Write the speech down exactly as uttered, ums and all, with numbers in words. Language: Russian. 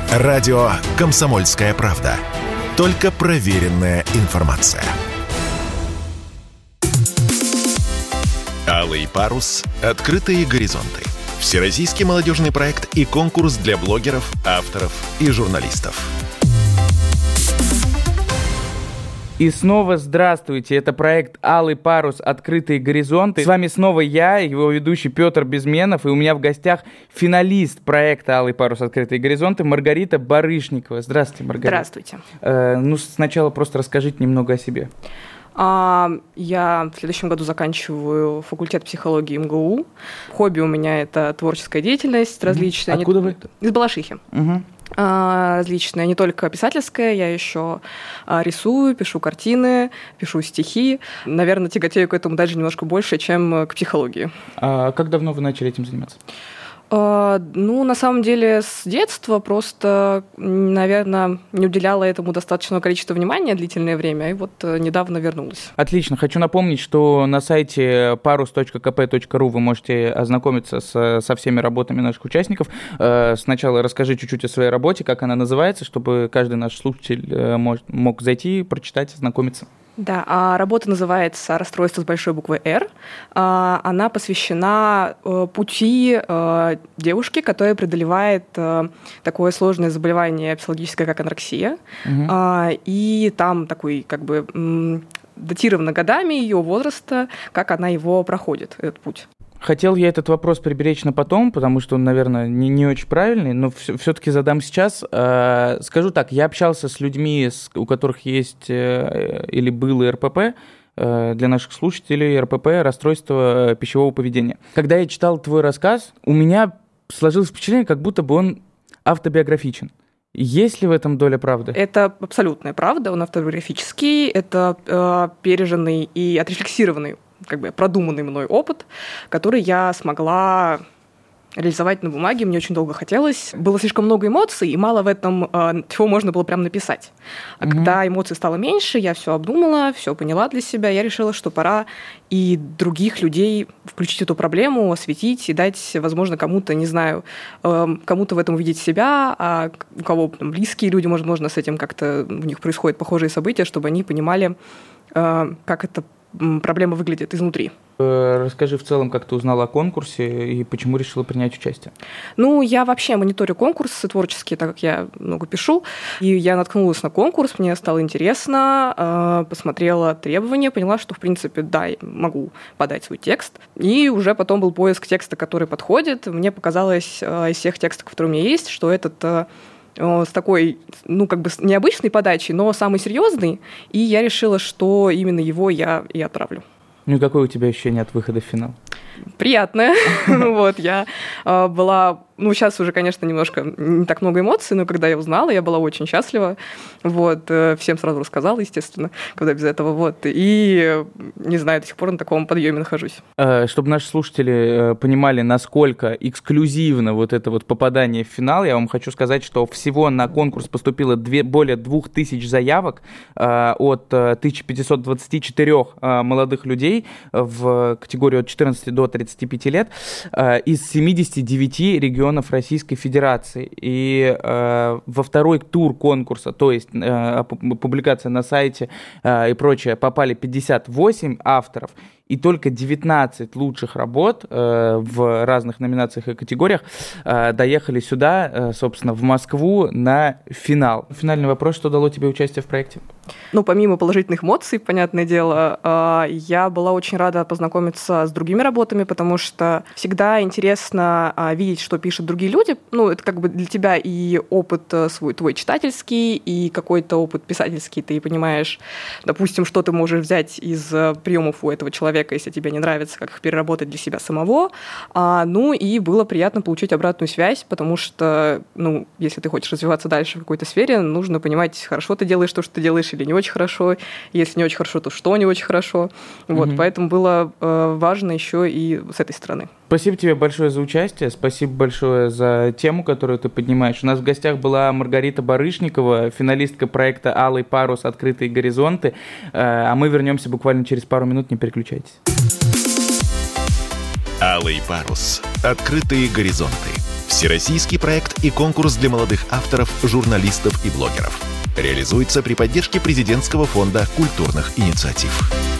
Радио «Комсомольская правда». Только проверенная информация. «Алый парус. Открытые горизонты». Всероссийский молодежный проект и конкурс для блогеров, авторов и журналистов. И снова здравствуйте, это проект «Алый парус. Открытые горизонты». С вами снова я, его ведущий Петр Безменов, и у меня в гостях финалист проекта «Алый парус. Открытые горизонты» Маргарита Барышникова. Здравствуйте, Маргарита. Здравствуйте. Э, ну, сначала просто расскажите немного о себе. А, я в следующем году заканчиваю факультет психологии эм гэ у. Хобби у меня – это творческая деятельность различная. Откуда вы? Из Балашихи. Угу. Различные, не только писательская, я еще рисую, пишу картины, пишу стихи. Наверное, тяготею к этому даже немножко больше, чем к психологии. А как давно вы начали этим заниматься? Ну, на самом деле, с детства просто, наверное, не уделяла этому достаточного количества внимания длительное время, и вот недавно вернулась. Отлично. Хочу напомнить, что на сайте парус точка ка пэ точка ру вы можете ознакомиться с, со всеми работами наших участников. Сначала расскажи чуть-чуть о своей работе, как она называется, чтобы каждый наш слушатель мог, мог зайти, прочитать, ознакомиться. Да, а работа называется «Расстройство с большой буквы «Р». Она посвящена пути девушки, которая преодолевает такое сложное заболевание психологическое, как анорексия. Угу. И там такой, как бы, датировано годами ее возраста, как она его проходит, этот путь. Хотел я этот вопрос приберечь на потом, потому что он, наверное, не, не очень правильный, но все-таки задам сейчас. Скажу так, я общался с людьми, у которых есть или было эр пэ пэ, для наших слушателей эр пэ пэ – расстройство пищевого поведения. Когда я читал твой рассказ, у меня сложилось впечатление, как будто бы он автобиографичен. Есть ли в этом доля правды? Это абсолютная правда, он автобиографический, это э, переженный и отрефлексированный, как бы продуманный мной опыт, который я смогла реализовать на бумаге. Мне очень долго хотелось. Было слишком много эмоций, и мало в этом э, чего можно было прям написать. А mm-hmm. когда эмоций стало меньше, я все обдумала, все поняла для себя, я решила, что пора и других людей включить эту проблему, осветить и дать, возможно, кому-то, не знаю, э, кому-то в этом увидеть себя, а у кого там, близкие люди, может, можно с этим как-то, у них происходят похожие события, чтобы они понимали, э, как это проблема выглядит изнутри. Расскажи в целом, как ты узнала о конкурсе и почему решила принять участие. Ну, я вообще мониторю конкурсы творческие, так как я много пишу, и я наткнулась на конкурс, мне стало интересно, посмотрела требования, поняла, что, в принципе, да, я могу подать свой текст, и уже потом был поиск текста, который подходит. Мне показалось из всех текстов, которые у меня есть, что этот с такой, ну, как бы необычной подачей, но самый серьезный, и я решила, что именно его я и отправлю. Ну и какое у тебя ощущение от выхода в финал? Приятное. Вот, я была... Ну, сейчас уже, конечно, немножко не так много эмоций, но когда я узнала, я была очень счастлива. Вот, всем сразу рассказала, естественно, когда без этого. Вот, и, не знаю, до сих пор на таком подъеме нахожусь. Чтобы наши слушатели понимали, насколько эксклюзивно вот это вот попадание в финал, я вам хочу сказать, что всего на конкурс поступило две, более двух тысяч заявок от тысяча пятьсот двадцать четыре молодых людей в категорию от четырнадцати до тридцати пяти лет из семидесяти девяти регионов Российской Федерации. И э, во второй тур конкурса, то есть э, публикация на сайте э, и прочее, попали пятьдесят восемь авторов, и только девятнадцать лучших работ э, в разных номинациях и категориях э, доехали сюда, э, собственно, в Москву на финал. Финальный вопрос: что дало тебе участие в проекте? Ну, помимо положительных эмоций, понятное дело, э, я была очень рада познакомиться с другими работами, потому что всегда интересно э, видеть, что пишут другие люди. Ну, это как бы для тебя и опыт свой, твой читательский, и какой-то опыт писательский. Ты понимаешь, допустим, что ты можешь взять из приемов у этого человека, если тебе не нравится, как их переработать для себя самого. А, ну и было приятно получить обратную связь, потому что, ну, если ты хочешь развиваться дальше в какой-то сфере, нужно понимать, хорошо ты делаешь то, что ты делаешь, или не очень хорошо. Если не очень хорошо, то что не очень хорошо. Вот, mm-hmm. Поэтому было э, важно еще и с этой стороны. Спасибо тебе большое за участие, спасибо большое за тему, которую ты поднимаешь. У нас в гостях была Маргарита Барышникова, финалистка проекта «Алый парус. Открытые горизонты». А мы вернемся буквально через пару минут, не переключайтесь. «Алый парус. Открытые горизонты». Всероссийский проект и конкурс для молодых авторов, журналистов и блогеров. Реализуется при поддержке президентского фонда культурных инициатив.